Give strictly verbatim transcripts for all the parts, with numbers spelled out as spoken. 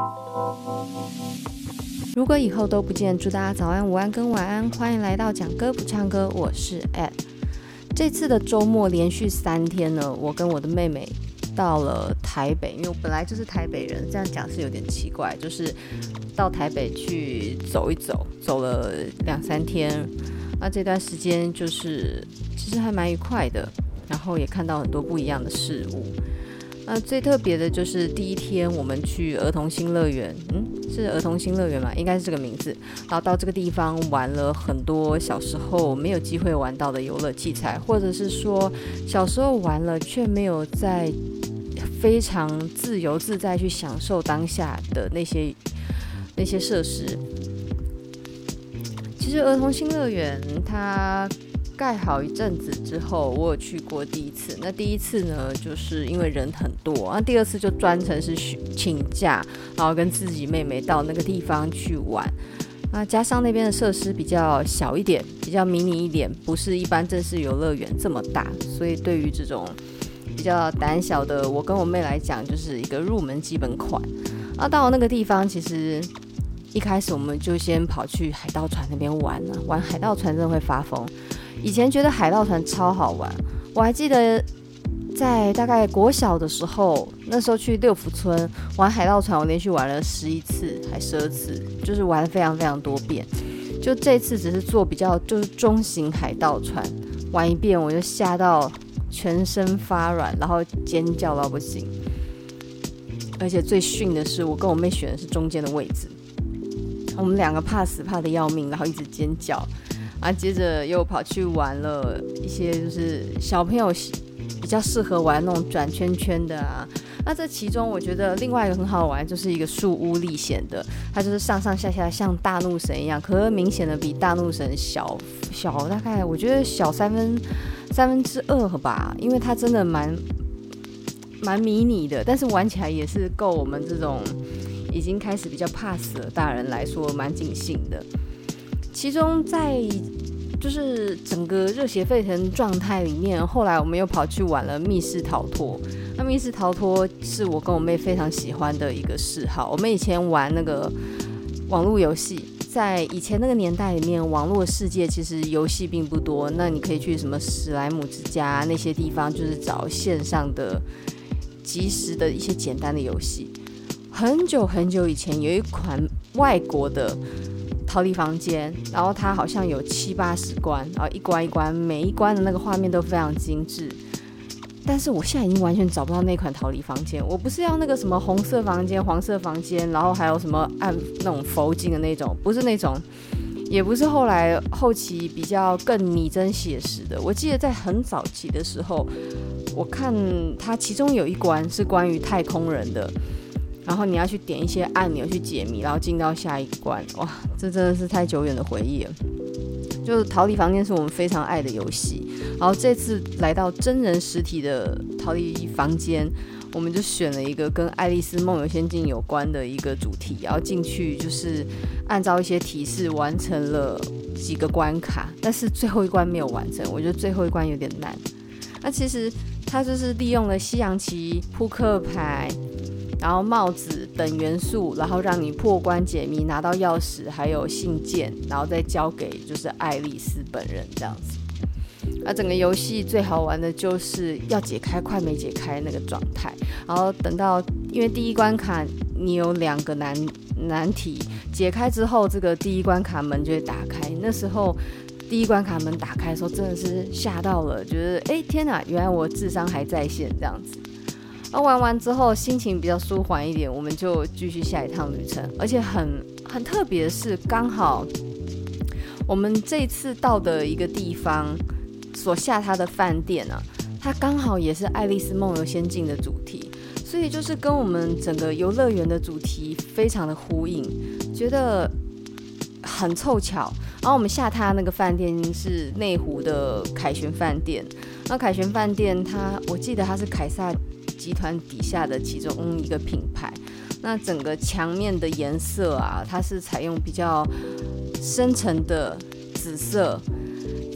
如果以后都不见，祝大家早安、午安跟晚安。欢迎来到讲歌不唱歌，我是 Ed。 这次的周末连续三天呢，我跟我的妹妹到了台北，因为我本来就是台北人，这样讲是有点奇怪，就是到台北去走一走，走了两三天。那这段时间就是其实还蛮愉快的，然后也看到很多不一样的事物。那最特别的就是第一天我们去儿童新乐园，嗯，是儿童新乐园吗？应该是这个名字。然后到这个地方玩了很多小时候没有机会玩到的游乐器材，或者是说小时候玩了却没有在非常自由自在去享受当下的那些那些设施。其实儿童新乐园它盖好一阵子之后，我有去过第一次。那第一次呢，就是因为人很多，那第二次就专程是请假，然后跟自己妹妹到那个地方去玩。那加上那边的设施比较小一点，比较迷你一点，不是一般正式游乐园这么大，所以对于这种比较胆小的我跟我妹来讲，就是一个入门基本款。那到了那个地方，其实一开始我们就先跑去海盗船那边玩了，玩海盗船真的会发疯。以前觉得海盗船超好玩，我还记得在大概国小的时候，那时候去六福村玩海盗船，我连续玩了十一次还十二次，就是玩了非常非常多遍。就这次只是坐比较就是中型海盗船，玩一遍我就吓到全身发软，然后尖叫到不行。而且最逊的是，我跟我妹选的是中间的位置，我们两个怕死怕的要命，然后一直尖叫。啊，接着又跑去玩了一些就是小朋友比较适合玩那种转圈圈的啊。那这其中我觉得另外一个很好玩，就是一个树屋历险的，它就是上上下下像大怒神一样，可是明显的比大怒神小小大概我觉得小三分三分之二吧，因为它真的蛮蛮迷你的，但是玩起来也是够我们这种已经开始比较怕死的大人来说蛮尽兴的。其中在就是整个热血沸腾状态里面，后来我们又跑去玩了密室逃脱。那密室逃脱是我跟我妹非常喜欢的一个嗜好。我们以前玩那个网络游戏，在以前那个年代里面，网络世界其实游戏并不多。那你可以去什么史莱姆之家那些地方，就是找线上的即时的一些简单的游戏。很久很久以前有一款外国的逃离房间，然后它好像有七八十关，然后一关一关，每一关的那个画面都非常精致。但是我现在已经完全找不到那款逃离房间。我不是要那个什么红色房间、黄色房间，然后还有什么按那种佛经的那种，不是那种，也不是后来后期比较更拟真写实的。我记得在很早期的时候，我看它其中有一关是关于太空人的。然后你要去点一些按钮去解谜，然后进到下一关。哇，这真的是太久远的回忆了。就是逃离房间是我们非常爱的游戏，然后这次来到真人实体的逃离房间，我们就选了一个跟爱丽丝梦游仙境有关的一个主题，然后进去就是按照一些提示完成了几个关卡，但是最后一关没有完成，我觉得最后一关有点难。那其实它就是利用了西洋棋、扑克牌，然后帽子等元素，然后让你破关解谜，拿到钥匙还有信件，然后再交给就是爱丽丝本人这样子。那整个游戏最好玩的就是要解开快没解开那个状态，然后等到因为第一关卡你有两个难难题，解开之后这个第一关卡门就会打开。那时候第一关卡门打开的时候真的是吓到了，觉得哎天哪，原来我智商还在线这样子。而玩完之后心情比较舒缓一点，我们就继续下一趟旅程。而且很很特别的是，刚好我们这次到的一个地方所下它的饭店啊，它刚好也是爱丽丝梦游仙境的主题，所以就是跟我们整个游乐园的主题非常的呼应，觉得很凑巧。然后我们下榻那个饭店是内湖的凯旋饭店，那凯旋饭店它我记得它是凯撒集团底下的其中一个品牌。那整个墙面的颜色啊，它是采用比较深沉的紫色，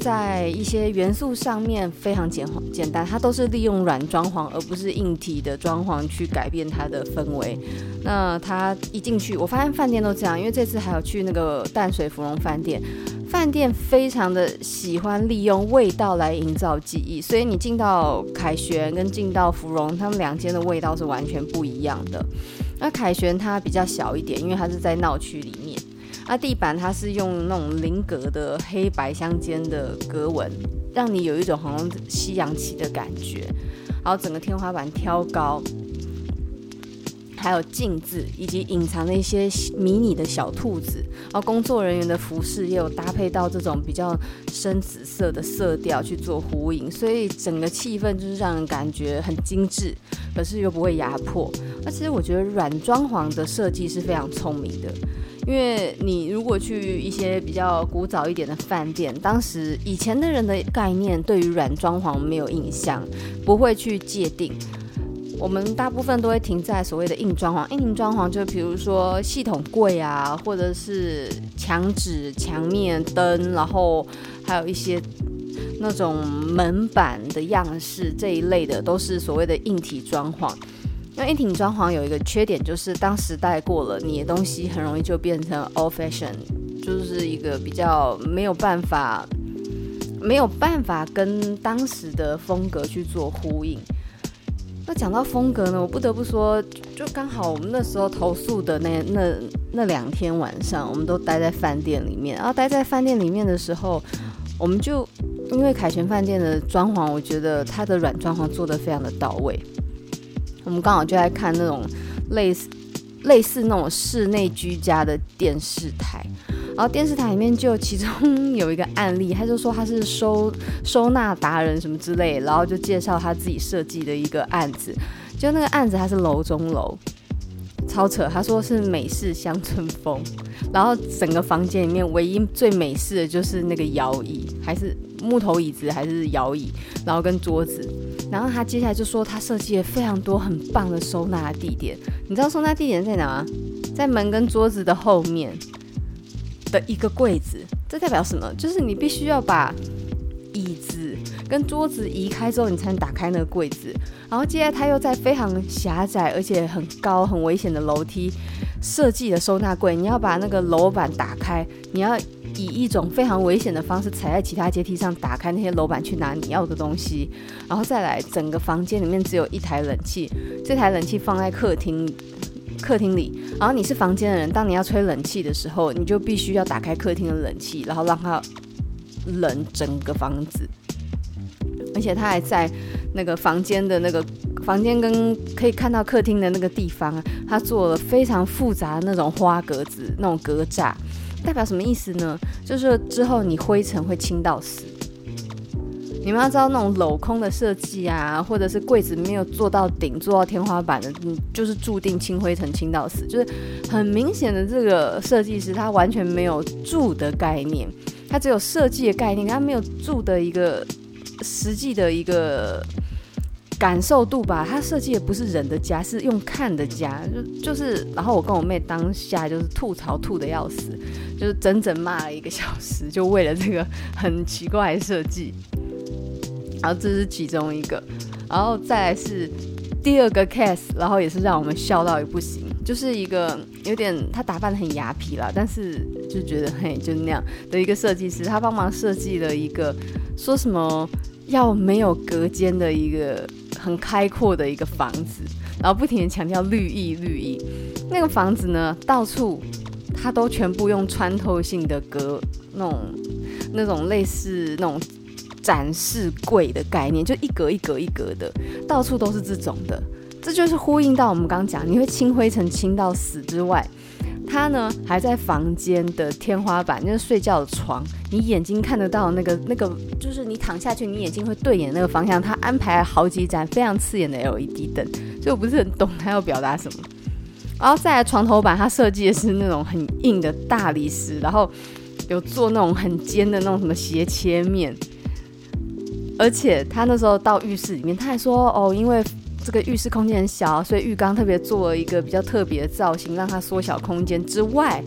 在一些元素上面非常简简单，它都是利用软装潢而不是硬体的装潢去改变它的氛围。那它一进去，我发现饭店都这样，因为这次还有去那个淡水芙蓉饭店，饭店非常的喜欢利用味道来营造记忆，所以你进到凯旋跟进到芙蓉，他们两间的味道是完全不一样的。那凯旋它比较小一点，因为它是在闹区里面。啊，地板它是用那种菱格的黑白相间的格纹，让你有一种好像西洋棋的感觉。然后整个天花板挑高，还有镜子，以及隐藏的一些迷你的小兔子。然后工作人员的服饰也有搭配到这种比较深紫色的色调去做呼应，所以整个气氛就是让人感觉很精致，可是又不会压迫。那其实我觉得软装潢的设计是非常聪明的。因为你如果去一些比较古早一点的饭店，当时以前的人的概念对于软装潢没有印象，不会去界定。我们大部分都会停在所谓的硬装潢，硬装潢就比如说系统柜啊，或者是墙纸、墙面灯，然后还有一些那种门板的样式这一类的，都是所谓的硬体装潢。那硬体装潢有一个缺点，就是当时代过了，你的东西很容易就变成 old fashion， 就是一个比较没有办法没有办法跟当时的风格去做呼应。那讲到风格呢，我不得不说，就刚好我们那时候投诉的那那那两天晚上，我们都待在饭店里面，然后待在饭店里面的时候，我们就因为凯旋饭店的装潢，我觉得它的软装潢做得非常的到位。我们刚好就在看那种类似类似那种室内居家的电视台，然后电视台里面就其中有一个案例，他就说他是收收纳达人什么之类，然后就介绍他自己设计的一个案子，就那个案子他是楼中楼，超扯，他说是美式乡村风，然后整个房间里面唯一最美式的就是那个摇椅，还是木头椅子还是摇椅，然后跟桌子。然后他接下来就说他设计了非常多很棒的收纳地点，你知道收纳地点在哪吗？在门跟桌子的后面的一个柜子。这代表什么？就是你必须要把椅子跟桌子移开之后，你才能打开那个柜子。然后接下来他又在非常狭窄而且很高很危险的楼梯设计的收纳柜，你要把那个楼板打开，你要以一种非常危险的方式踩在其他阶梯上打开那些楼板去拿你要的东西。然后再来整个房间里面只有一台冷气，这台冷气放在客厅客厅里，然后你是房间的人，当你要吹冷气的时候，你就必须要打开客厅的冷气，然后让它冷整个房子。而且他还在那个房间的那个房间跟可以看到客厅的那个地方，他做了非常复杂的那种花格子，那种格栅。代表什么意思呢？就是之后你灰尘会清到死。你们要知道那种镂空的设计啊，或者是柜子没有做到顶做到天花板的，就是注定清灰尘清到死。就是很明显的，这个设计师他完全没有住的概念，他只有设计的概念，他没有住的一个实际的一个感受度吧。他设计的不是人的家，是用看的家，就就是。然后我跟我妹当下就是吐槽吐的要死，就是整整骂了一个小时，就为了这个很奇怪的设计。然后这是其中一个，然后再来是第二个 case， 然后也是让我们笑到也不行，就是一个有点他打扮得很雅痞啦，但是就觉得嘿就那样的一个设计师，他帮忙设计了一个说什么要没有隔间的一个很开阔的一个房子，然后不停地强调绿意绿意。那个房子呢，到处它都全部用穿透性的隔那种那种类似那种展示柜的概念，就一格一格一格的，到处都是这种的。这就是呼应到我们刚刚讲，你会清灰尘清到死之外，它呢还在房间的天花板，就是睡觉的床，你眼睛看得到那个那个，就是你躺下去，你眼睛会对眼那个方向，它安排了好几盏非常刺眼的 L E D 灯，所以我不是很懂它要表达什么。然后再来床头板，它设计的是那种很硬的大理石，然后有做那种很尖的那种什么斜切面。而且他那时候到浴室里面，他还说哦，因为这个浴室空间很小，所以浴缸特别做了一个比较特别的造型，让它缩小空间之外，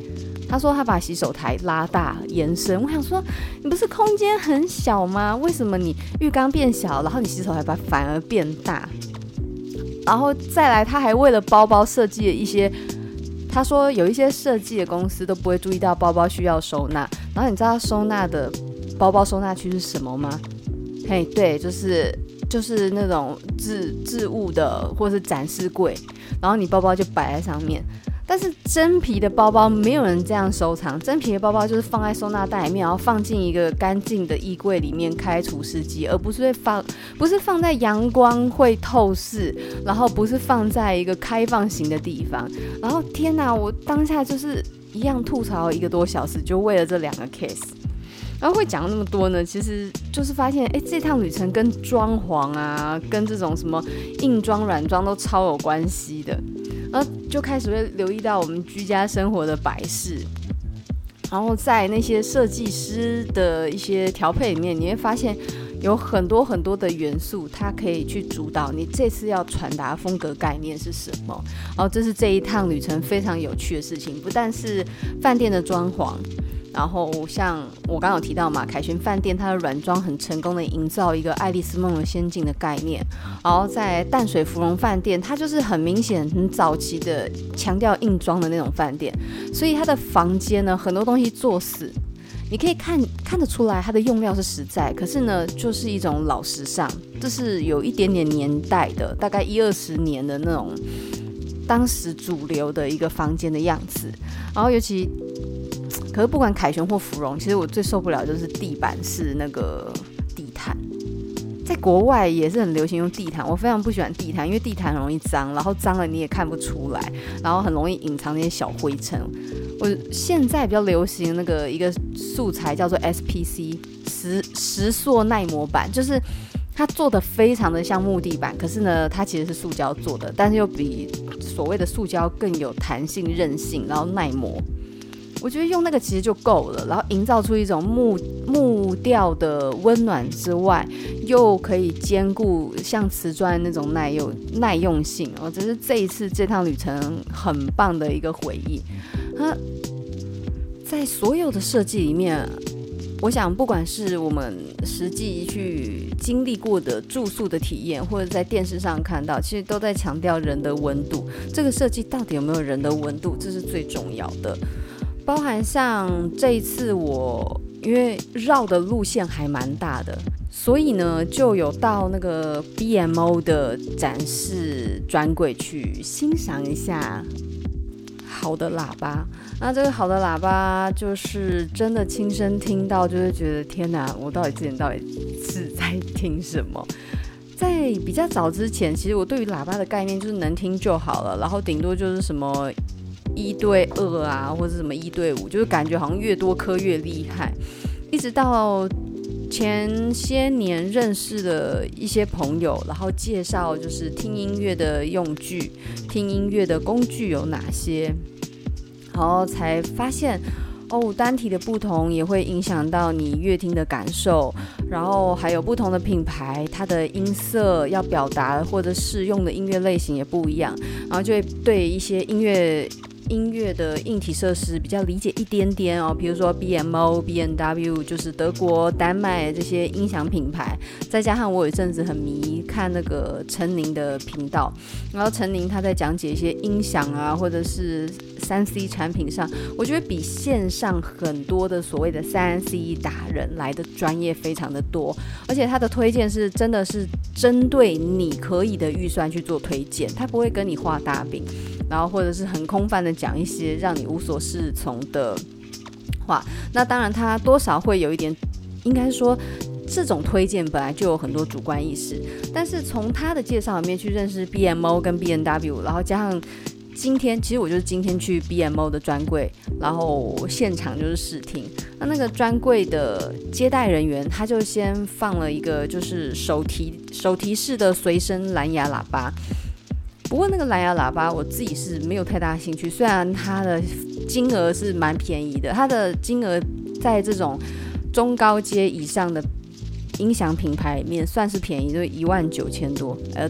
他说他把洗手台拉大延伸，我想说你不是空间很小吗？为什么你浴缸变小，然后你洗手台把反而变大？然后再来，他还为了包包设计了一些，他说有一些设计的公司都不会注意到包包需要收纳。然后你知道收纳的包包收纳区是什么吗？嘿，对，就是就是那种置置物的或是展示柜，然后你包包就摆在上面。但是真皮的包包没有人这样收藏，真皮的包包就是放在收纳袋里面，然后放进一个干净的衣柜里面，开除湿机，而不是会放，不是放在阳光会透视，然后不是放在一个开放型的地方。然后天哪，我当下就是一样吐槽一个多小时，就为了这两个 case。然后会讲那么多呢，其实就是发现，哎，这趟旅程跟装潢啊，跟这种什么硬装、软装都超有关系的。然后就开始会留意到我们居家生活的摆饰，然后在那些设计师的一些调配里面，你会发现有很多很多的元素，它可以去主导你这次要传达风格概念是什么。然后这是这一趟旅程非常有趣的事情，不但是饭店的装潢。然后像我刚刚有提到嘛，凯旋饭店它的软装很成功的营造一个爱丽丝梦游仙境的概念，然后在淡水芙蓉饭店，它就是很明显很早期的强调硬装的那种饭店，所以它的房间呢很多东西做死，你可以看看得出来它的用料是实在，可是呢就是一种老时尚，这是有一点点年代的，大概一二十年的那种当时主流的一个房间的样子。然后尤其可是不管凯旋或芙蓉，其实我最受不了就是地板是那个地毯，在国外也是很流行用地毯，我非常不喜欢地毯，因为地毯很容易脏，然后脏了你也看不出来，然后很容易隐藏那些小灰尘。我现在比较流行那个一个素材叫做 S P C 石石塑耐磨板，就是它做的非常的像木地板，可是呢它其实是塑胶做的，但是又比所谓的塑胶更有弹性韧性，然后耐磨。我觉得用那个其实就够了，然后营造出一种木木调的温暖之外，又可以兼顾像瓷砖那种耐用耐用性哦，这是这一次这趟旅程很棒的一个回忆。它在所有的设计里面，我想不管是我们实际去经历过的住宿的体验，或者在电视上看到，其实都在强调人的温度。这个设计到底有没有人的温度，这是最重要的。包含像这一次我因为绕的路线还蛮大的，所以呢就有到那个 B M O 的展示专柜去欣赏一下好的喇叭。那这个好的喇叭就是真的亲身听到，就会觉得天哪，我到底之前到底是在听什么。在比较早之前，其实我对于喇叭的概念就是能听就好了，然后顶多就是什么一对二啊，或者什么一对五，就是感觉好像越多颗越厉害。一直到前些年认识的一些朋友，然后介绍就是听音乐的用具，听音乐的工具有哪些，然后才发现哦，单体的不同也会影响到你乐听的感受，然后还有不同的品牌，它的音色要表达或者适用的音乐类型也不一样，然后就会对一些音乐音乐的硬体设施比较理解一点点哦，比如说 B M O、B M W 就是德国、丹麦这些音响品牌，再加上我有一阵子很迷看那个陈宁的频道，然后陈宁他在讲解一些音响啊，或者是三 C 产品上，我觉得比线上很多的所谓的三 C 达人来的专业非常的多，而且他的推荐是真的是针对你可以的预算去做推荐，他不会跟你画大饼，然后或者是很空泛的讲一些让你无所适从的话。那当然他多少会有一点，应该说这种推荐本来就有很多主观意识，但是从他的介绍里面去认识 B M O 跟 B M W， 然后加上今天其实我就是今天去 B M O 的专柜，然后现场就是试听，那那个专柜的接待人员他就先放了一个就是手提手提式的随身蓝牙喇叭。不过那个蓝牙喇叭我自己是没有太大兴趣，虽然它的金额是蛮便宜的，它的金额在这种中高阶以上的音响品牌里面算是便宜，就是一万九千多，呃，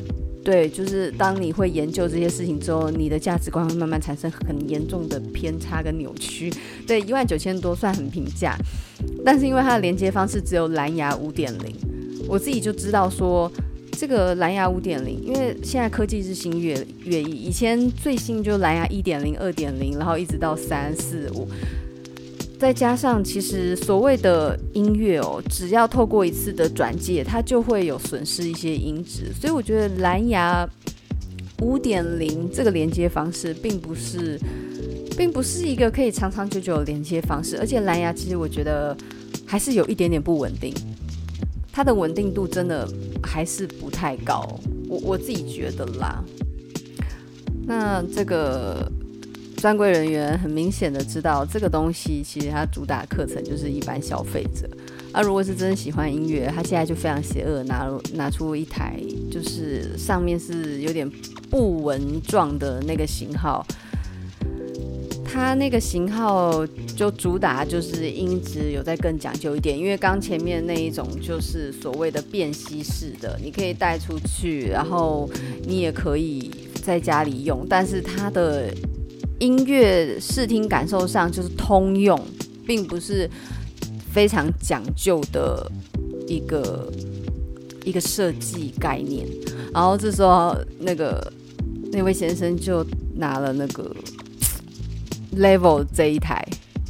对，就是当你会研究这些事情之后，你的价值观会慢慢产生很严重的偏差跟扭曲。对，一万九千多算很平价，但是因为它的连接方式只有蓝牙 五点零， 我自己就知道说这个蓝牙 五点零， 因为现在科技日新月月异，以前最新就蓝牙 一点零、二点零， 然后一直到三四五，再加上其实所谓的音乐哦，只要透过一次的转介，它就会有损失一些音质，所以我觉得蓝牙 五点零 这个连接方式并不是并不是一个可以长长久久的连接方式，而且蓝牙其实我觉得还是有一点点不稳定，它的稳定度真的还是不太高，我我自己觉得啦。那这个专柜人员很明显的知道这个东西其实它主打课程就是一般消费者，啊，如果是真的喜欢音乐，他现在就非常邪恶，拿拿出一台就是上面是有点布纹状的那个型号，它那个型号就主打就是音质有再更讲究一点，因为刚前面那一种就是所谓的便携式的，你可以带出去，然后你也可以在家里用，但是它的音乐视听感受上就是通用，并不是非常讲究的一个一个设计概念。然后这时候那个那位先生就拿了那个 Level 这一台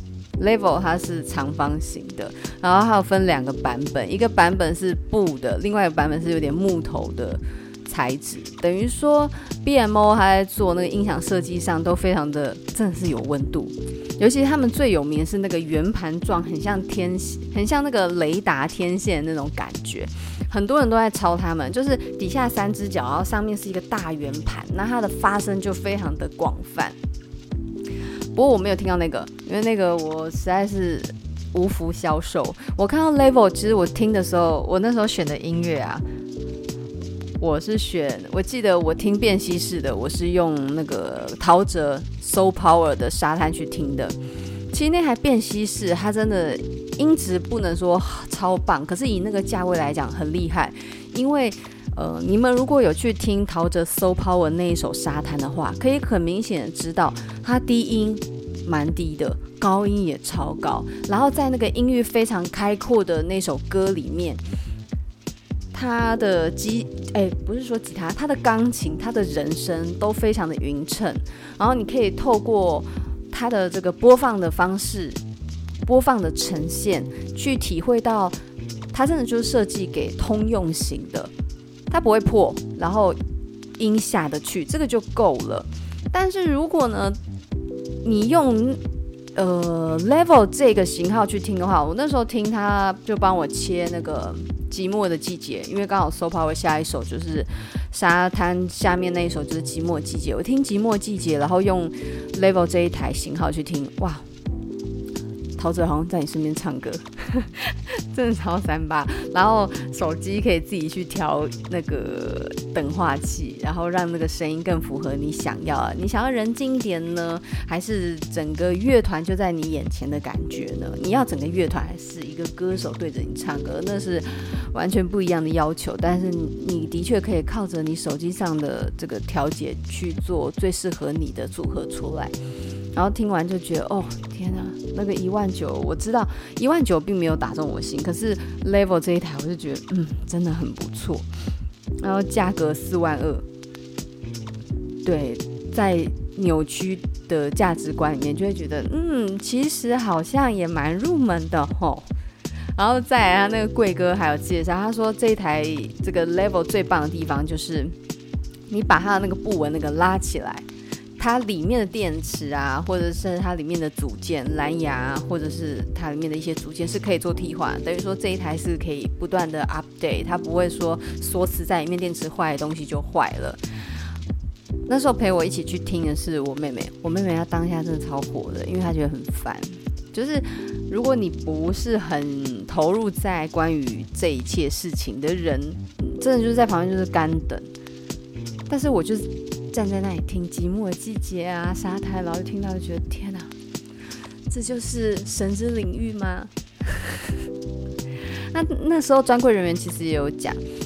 Level， 它是长方形的，然后它有分两个版本，一个版本是布的，另外一个版本是有点木头的材质，等于说 B M O 它在做那个音响设计上都非常的真的是有温度，尤其他们最有名的是那个圆盘状，很像天很像那个雷达天线那种感觉，很多人都在抄他们，就是底下三只脚，然后上面是一个大圆盘，那它的发声就非常的广泛。不过我没有听到那个，因为那个我实在是无福消受。我看到 Level， 其实我听的时候，我那时候选的音乐啊，我是选，我记得我听辨析式的，我是用那个陶喆 Soul Power 的沙滩去听的。其实那台辨析式它真的音质不能说超棒，可是以那个价位来讲很厉害，因为呃，你们如果有去听陶喆 Soul Power 那一首沙滩的话，可以很明显的知道它低音蛮低的，高音也超高，然后在那个音域非常开阔的那首歌里面，他的吉，哎，不是说吉他，他的钢琴，他的人声都非常的匀称，然后你可以透过他的这个播放的方式，播放的呈现，去体会到他真的就是设计给通用型的，它不会破，然后音下得去，这个就够了。但是如果呢，你用呃 Level 这个型号去听的话，我那时候听他就帮我切那个寂寞的季节，因为刚好 Soul Power 下一首就是沙滩下面那一首就是寂寞季节，我听寂寞季节，然后用 Level 这一台型号去听，哇，陶喆好像在你身边唱歌真的超三八，然后手机可以自己去调那个等化器，然后让那个声音更符合你想要啊，你想要人静一点呢，还是整个乐团就在你眼前的感觉呢？你要整个乐团还是一个歌手对着你唱歌，那是完全不一样的要求，但是你的确可以靠着你手机上的这个调节去做最适合你的组合出来。然后听完就觉得，哦天啊，那个一万九，我知道一万九并没有打中我心，可是 Level 这一台我就觉得，嗯，真的很不错。然后价格四万二，对，在扭曲的价值观里面，就会觉得，嗯，其实好像也蛮入门的吼。然后再来他那个贵哥还有介绍，他说这一台这个 Level 最棒的地方就是你把它的那个布纹那个拉起来，它里面的电池啊，或者是它里面的组件蓝牙，或者是它里面的一些组件是可以做替换，等于说这一台是可以不断的 update， 它不会说锁死在里面，电池坏的东西就坏了。那时候陪我一起去听的是我妹妹，我妹妹她当下真的超火的，因为她觉得很烦，就是如果你不是很投入在关于这一切事情的人，真的就是在旁边就是干等。但是我就是站在那里听寂寞的季节啊，沙滩，然后就听到就觉得天哪，这就是神之领域吗？那那时候专柜人员其实也有讲，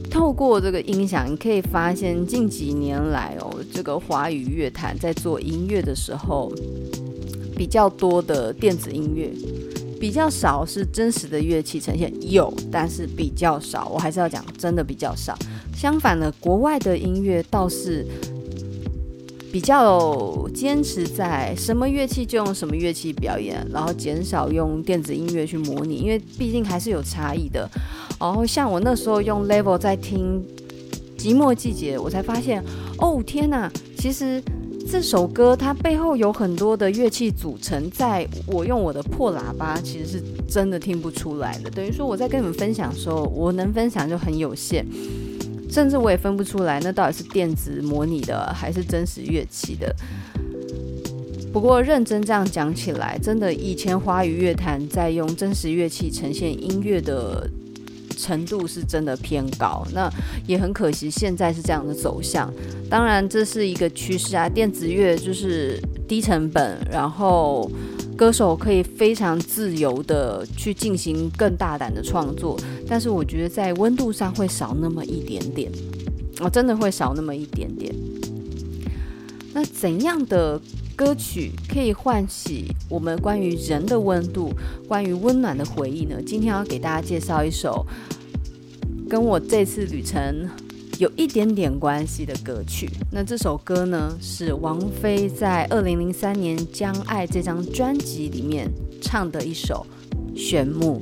透过这个音响，你可以发现近几年来哦，这个华语乐坛在做音乐的时候，比较多的电子音乐，比较少是真实的乐器呈现，有，但是比较少。我还是要讲，真的比较少。相反的，国外的音乐倒是比较坚持在什么乐器就用什么乐器表演，然后减少用电子音乐去模拟，因为毕竟还是有差异的。然后像我那时候用 Level 在听《寂寞季节》，我才发现，哦天哪，其实这首歌它背后有很多的乐器组成，在我用我的破喇叭其实是真的听不出来的。等于说我在跟你们分享的时候，我能分享就很有限，甚至我也分不出来那到底是电子模拟的还是真实乐器的。不过认真这样讲起来，真的以前华语乐坛在用真实乐器呈现音乐的程度是真的偏高，那也很可惜现在是这样的走向。当然这是一个趋势啊，电子乐就是低成本，然后歌手可以非常自由的去进行更大胆的创作，但是我觉得在温度上会少那么一点点，哦，真的会少那么一点点。那怎样的歌曲可以唤起我们关于人的温度，关于温暖的回忆呢？今天要给大家介绍一首跟我这次旅程有一点点关系的歌曲。那这首歌呢，是王菲在二零零三年《将爱》这张专辑里面唱的一首《炫目》。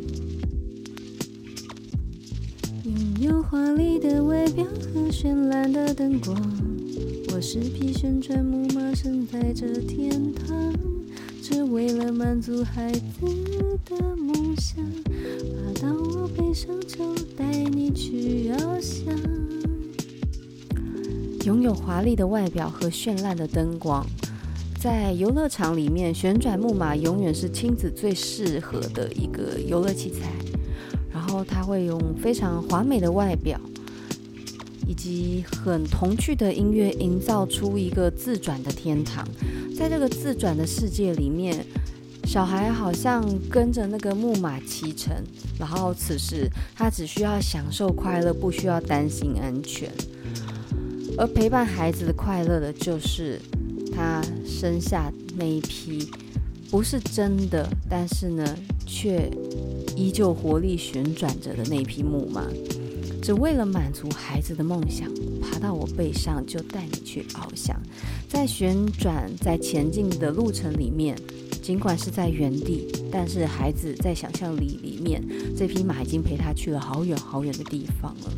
拥有华丽的外表和绚烂的灯光，我是匹旋转木马，身在这天堂，只为了满足孩子的梦想，爬到我背上就带你去翱翔。 拥有华丽的外表和绚烂的灯光，在游乐场里面，旋转木马永远是亲子最适合的一个游乐器材。然后它会用非常华美的外表以及很童趣的音乐，营造出一个自转的天堂。在这个自转的世界里面，小孩好像跟着那个木马骑乘，然后此时他只需要享受快乐，不需要担心安全。而陪伴孩子的快乐的就是他生下那一匹不是真的，但是呢却依旧活力旋转着的那匹木马，只为了满足孩子的梦想，爬到我背上就带你去翱翔。在旋转在前进的路程里面，尽管是在原地，但是孩子在想象力里面，这匹马已经陪他去了好远好远的地方了。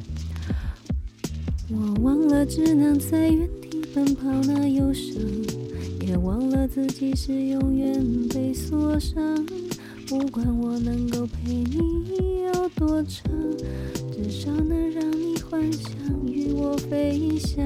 我忘了只能在原地奔跑那忧伤，也忘了自己是永远被锁上。不管我能够陪你有多长，至少能让你幻想与我飞翔。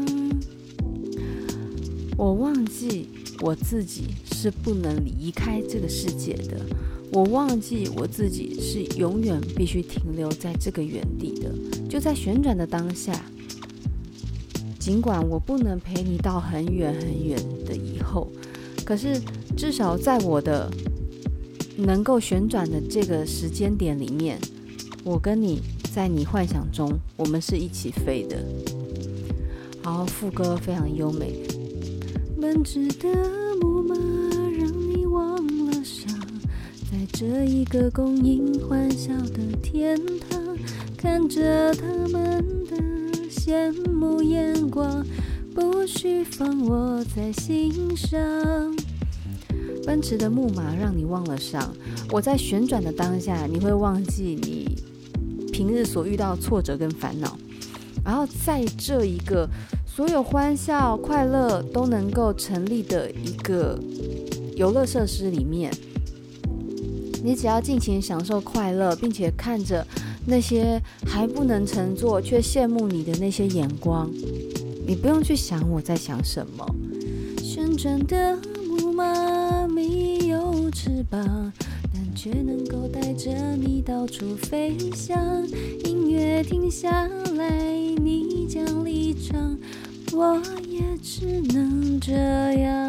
我忘记我自己是不能离开这个世界的，我忘记我自己是永远必须停留在这个原地的。就在旋转的当下，尽管我不能陪你到很远很远的以后，可是至少在我的能够旋转的这个时间点里面，我跟你在你幻想中，我们是一起飞的。然后副歌非常优美， 奔驰的木马让你忘了伤，在这一个供应欢笑的天堂，看着他们的羡慕眼光，不需放我在心上。 奔驰的木马让你忘了伤，我在旋转的当下，你会忘记你平日所遇到的挫折跟烦恼，然后在这一个所有欢笑快乐都能够成立的一个游乐设施里面，你只要尽情享受快乐，并且看着那些还不能乘坐却羡慕你的那些眼光，你不用去想我在想什么。 旋转的木马没有翅膀，但却能够带着你到处飞翔。音乐停下来，你将离场，我也只能这样。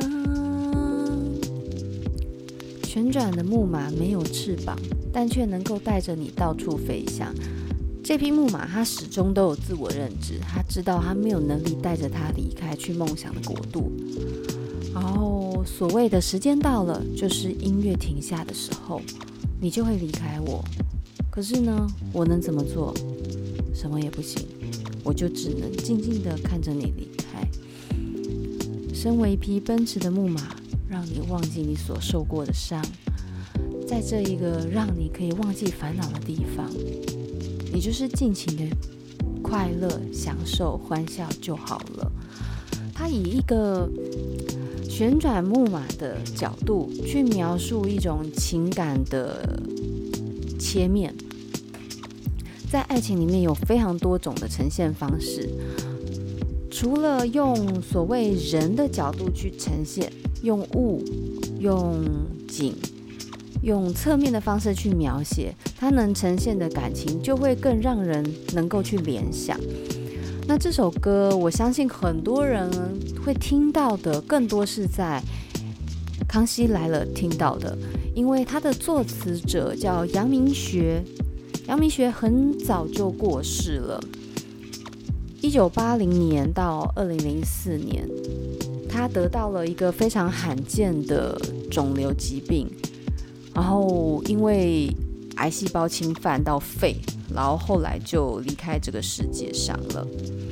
旋转的木马没有翅膀，但却能够带着你到处飞翔。 这匹木马它始终都有自我认知，它知道它没有能力带着它离开去梦想的国度。然后所谓的时间到了，就是音乐停下的时候，你就会离开我。可是呢，我能怎么做？什么也不行，我就只能静静地看着你离开。身为一匹奔驰的木马，让你忘记你所受过的伤，在这一个让你可以忘记烦恼的地方，你就是尽情的快乐、享受、欢笑就好了。它以一个旋转木马的角度去描述一种情感的切面，在爱情里面有非常多种的呈现方式，除了用所谓人的角度去呈现，用物、用景、用侧面的方式去描写，它能呈现的感情就会更让人能够去联想。那这首歌我相信很多人会听到的更多是在康熙来了听到的，因为他的作词者叫杨明学，杨明学很早就过世了，一九八零年到二零零四年，他得到了一个非常罕见的肿瘤疾病，然后因为癌细胞侵犯到肺，然后后来就离开这个世界上了。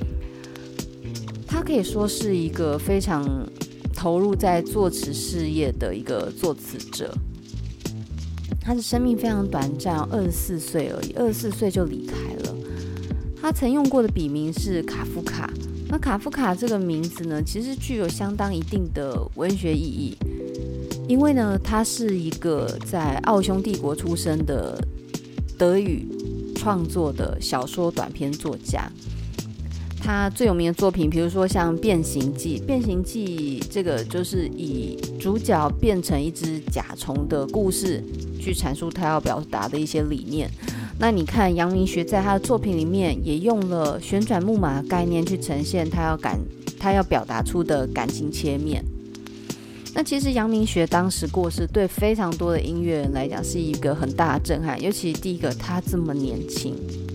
他可以说是一个非常投入在作词事业的一个作词者。他的生命非常短暂，二十四岁而已，二十四岁就离开了。他曾用过的笔名是卡夫卡。那卡夫卡这个名字呢，其实具有相当一定的文学意义，因为呢，他是一个在奥匈帝国出生的德语创作的小说短篇作家。他最有名的作品，比如说像《变形记》，《变形记》这个就是以主角变成一只甲虫的故事，去阐述他要表达的一些理念。那你看杨明学在他的作品里面也用了旋转木马的概念去呈现他要感他要表达出的感情切面。那其实杨明学当时过世，对非常多的音乐人来讲是一个很大的震撼，尤其第一个他这么年轻，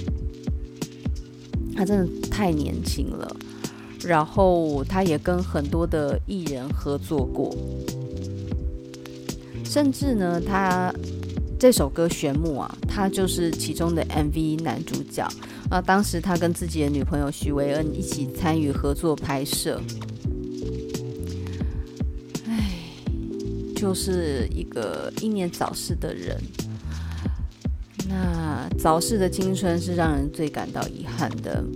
他真的太年轻了，然后他也跟很多的艺人合作过，甚至呢他这首歌《旋木》啊，他就是其中的 M V 男主角啊。当时他跟自己的女朋友许维恩一起参与合作拍摄。唉，就是一个英年早逝的人。那早逝的青春是让人最感到遗憾的。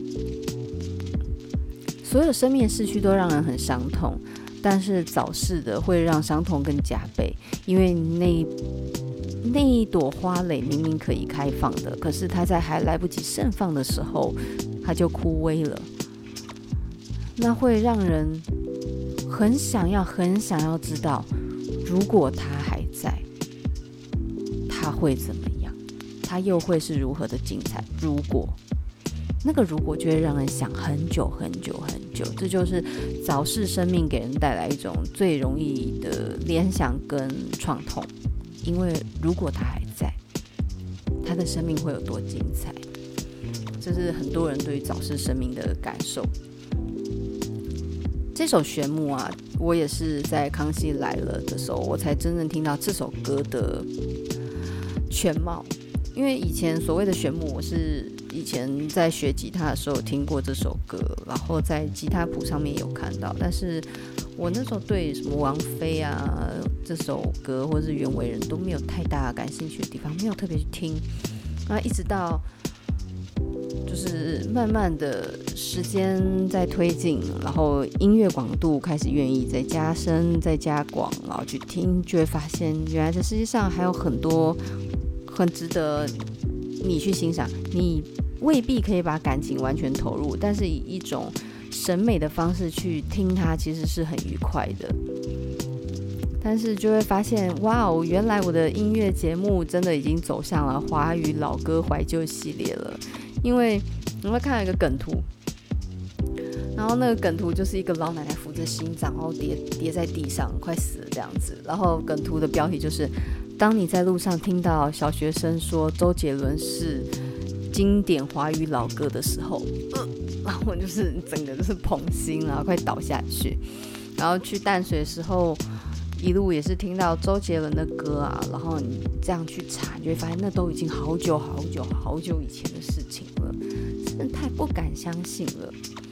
所有生命的逝去都让人很伤痛，但是早逝的会让伤痛更加倍，因为那那一朵花蕾明明可以开放的，可是它在还来不及盛放的时候，它就枯萎了。那会让人很想要、很想要知道，如果它还在，它会怎么样？它又会是如何的精彩？如果那个如果就会让人想很久很久很久，这就是早逝生命给人带来一种最容易的联想跟创痛。因为如果他还在，他的生命会有多精彩？这是很多人对于早逝生命的感受。这首《旋木》啊，我也是在康熙来了的时候，我才真正听到这首歌的全貌。因为以前所谓的旋木，我是以前在学吉他的时候听过这首歌，然后在吉他谱上面有看到，但是我那时候对什么王菲啊这首歌或是袁惟仁都没有太大感兴趣的地方，没有特别去听。然后一直到就是慢慢的时间在推进，然后音乐广度开始愿意再加深再加广，然后去听，就会发现原来这世界上还有很多很值得你去欣赏，你未必可以把感情完全投入，但是以一种审美的方式去听它，其实是很愉快的。但是就会发现，哇哦，原来我的音乐节目真的已经走向了华语老歌怀旧系列了。因为我会看到一个梗图，然后那个梗图就是一个老奶奶扶着心脏，然后跌跌在地上，快死了这样子。然后梗图的标题就是：当你在路上听到小学生说周杰伦是经典华语老歌的时候，嗯，然后我就是整个就是捧心啊，快倒下去。然后去淡水的时候，一路也是听到周杰伦的歌啊，然后你这样去查，你就会发现那都已经好久好久好久以前的事情了，真的太不敢相信了。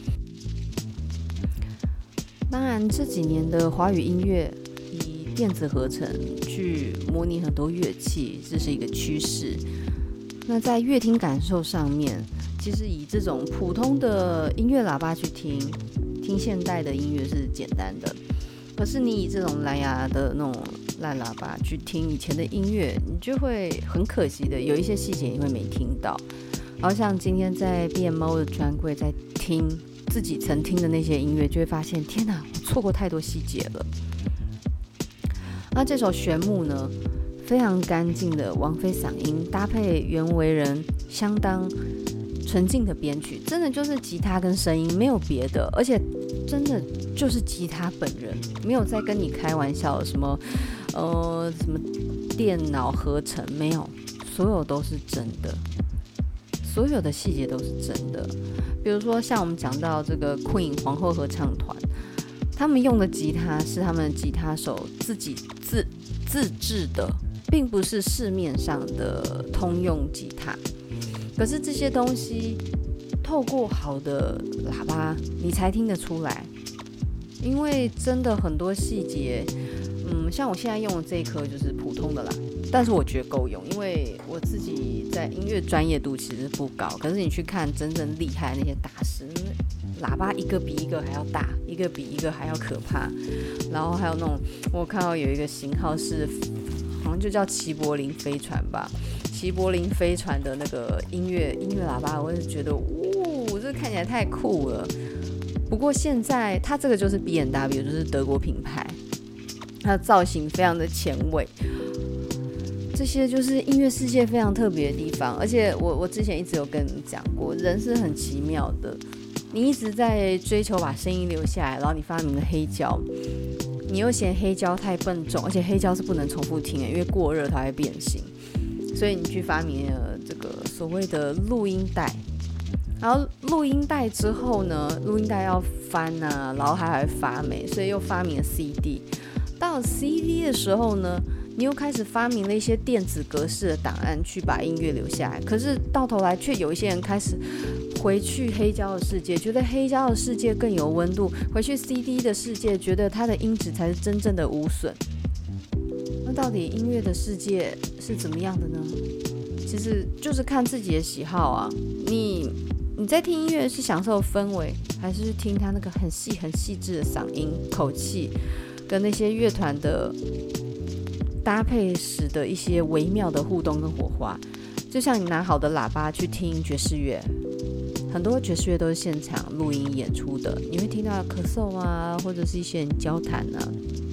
当然这几年的华语音乐以电子合成去模拟很多乐器，这是一个趋势。那在乐听感受上面，其实以这种普通的音乐喇叭去听听现代的音乐是简单的，可是你以这种蓝牙的那种烂喇叭去听以前的音乐，你就会很可惜的有一些细节你会没听到。然后像今天在 B M O 的专柜在听自己曾听的那些音乐，就会发现天哪，我错过太多细节了。那这首玄木呢，非常干净的王菲嗓音，搭配袁惟仁相当纯净的编曲，真的就是吉他跟声音，没有别的，而且真的就是吉他本人，没有在跟你开玩笑什么呃什么电脑合成，没有，所有都是真的，所有的细节都是真的。比如说像我们讲到这个 Queen 皇后合唱团，他们用的吉他是他们吉他手自己自自制的，并不是市面上的通用吉他。可是这些东西透过好的喇叭你才听得出来，因为真的很多细节，嗯，像我现在用的这一颗就是普通的啦，但是我觉得够用，因为我自己在音乐专业度其实不高，可是你去看真正厉害的那些大师，喇叭一个比一个还要大，一个比一个还要可怕。然后还有那种我看到有一个型号是好像就叫齐柏林飞船吧，齐柏林飞船的那个音乐音乐喇叭，我也是觉得呜，这看起来太酷了。不过现在它这个就是 B and W， 就是德国品牌，它的造型非常的前卫，这些就是音乐世界非常特别的地方。而且我我之前一直有跟你讲过，人是很奇妙的，你一直在追求把声音留下来，然后你发明了黑胶，你又嫌黑胶太笨重，而且黑胶是不能重复听的，因为过热它会变形，所以你去发明了这个所谓的录音带。然后录音带之后呢，录音带要翻啊，然后还还会发霉，所以又发明了 C D。 到了 C D 的时候呢，你又开始发明了一些电子格式的档案去把音乐留下来，可是到头来却有一些人开始回去黑胶的世界，觉得黑胶的世界更有温度，回去 C D 的世界，觉得它的音质才是真正的无损。那到底音乐的世界是怎么样的呢？其实就是看自己的喜好啊，你你在听音乐是享受氛围，还是听他那个很细很细致的嗓音口气，跟那些乐团的搭配时的一些微妙的互动跟火花。就像你拿好的喇叭去听爵士乐，很多爵士乐都是现场录音演出的，你会听到咳嗽啊，或者是一些人交谈啊，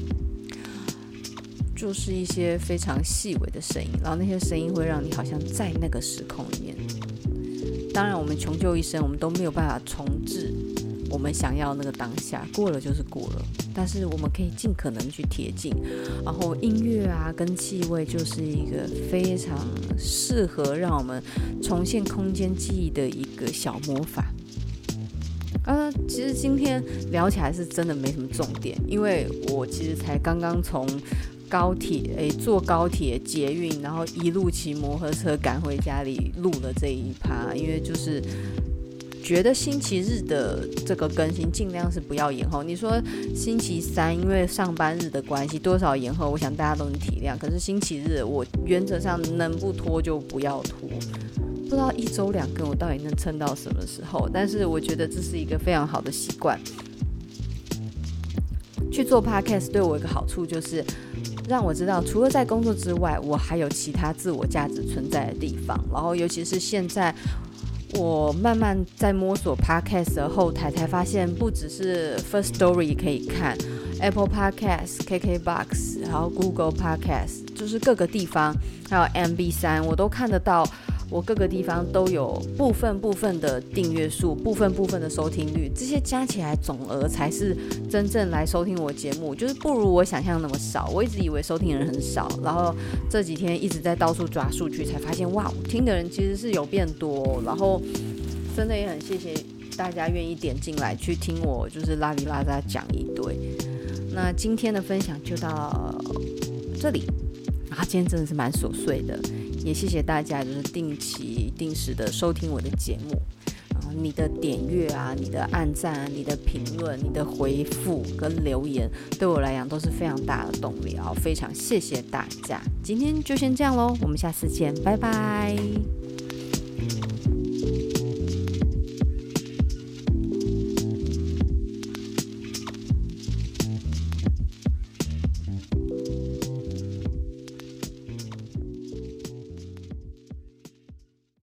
就是一些非常细微的声音，然后那些声音会让你好像在那个时空里面。当然我们穷究一生，我们都没有办法重置我们想要那个当下，过了就是过了，但是我们可以尽可能去贴近。然后音乐啊跟气味就是一个非常适合让我们重现空间记忆的一个小魔法。呃，其实今天聊起来是真的没什么重点，因为我其实才刚刚从高铁，诶，坐高铁、捷运，然后一路骑摩托车赶回家里录了这一趴，因为就是觉得星期日的这个更新尽量是不要延后。你说星期三因为上班日的关系多少延后，我想大家都能体谅。可是星期日我原则上能不拖就不要拖。不知道一周两更我到底能撑到什么时候，但是我觉得这是一个非常好的习惯。去做 podcast 对我有一个好处，就是让我知道除了在工作之外，我还有其他自我价值存在的地方。然后尤其是现在我慢慢在摸索 podcast 的后台，才发现不只是 First Story 可以看， Apple Podcast、K K Box， 然后 Google Podcast， 就是各个地方，还有 M B 三 我都看得到我各个地方都有部分部分的订阅数，部分部分的收听率，这些加起来总额才是真正来收听我节目，就是不如我想象那么少。我一直以为收听人很少，然后这几天一直在到处抓数据，才发现哇，听的人其实是有变多，然后真的也很谢谢大家愿意点进来去听我就是拉里拉扎讲一堆。那今天的分享就到这里啊，今天真的是蛮琐碎的，也谢谢大家就是定期定时的收听我的节目。你的点阅啊，你的按赞啊，你的评论，你的回复跟留言，对我来讲都是非常大的动力啊，非常谢谢大家。今天就先这样咯，我们下次见，拜拜。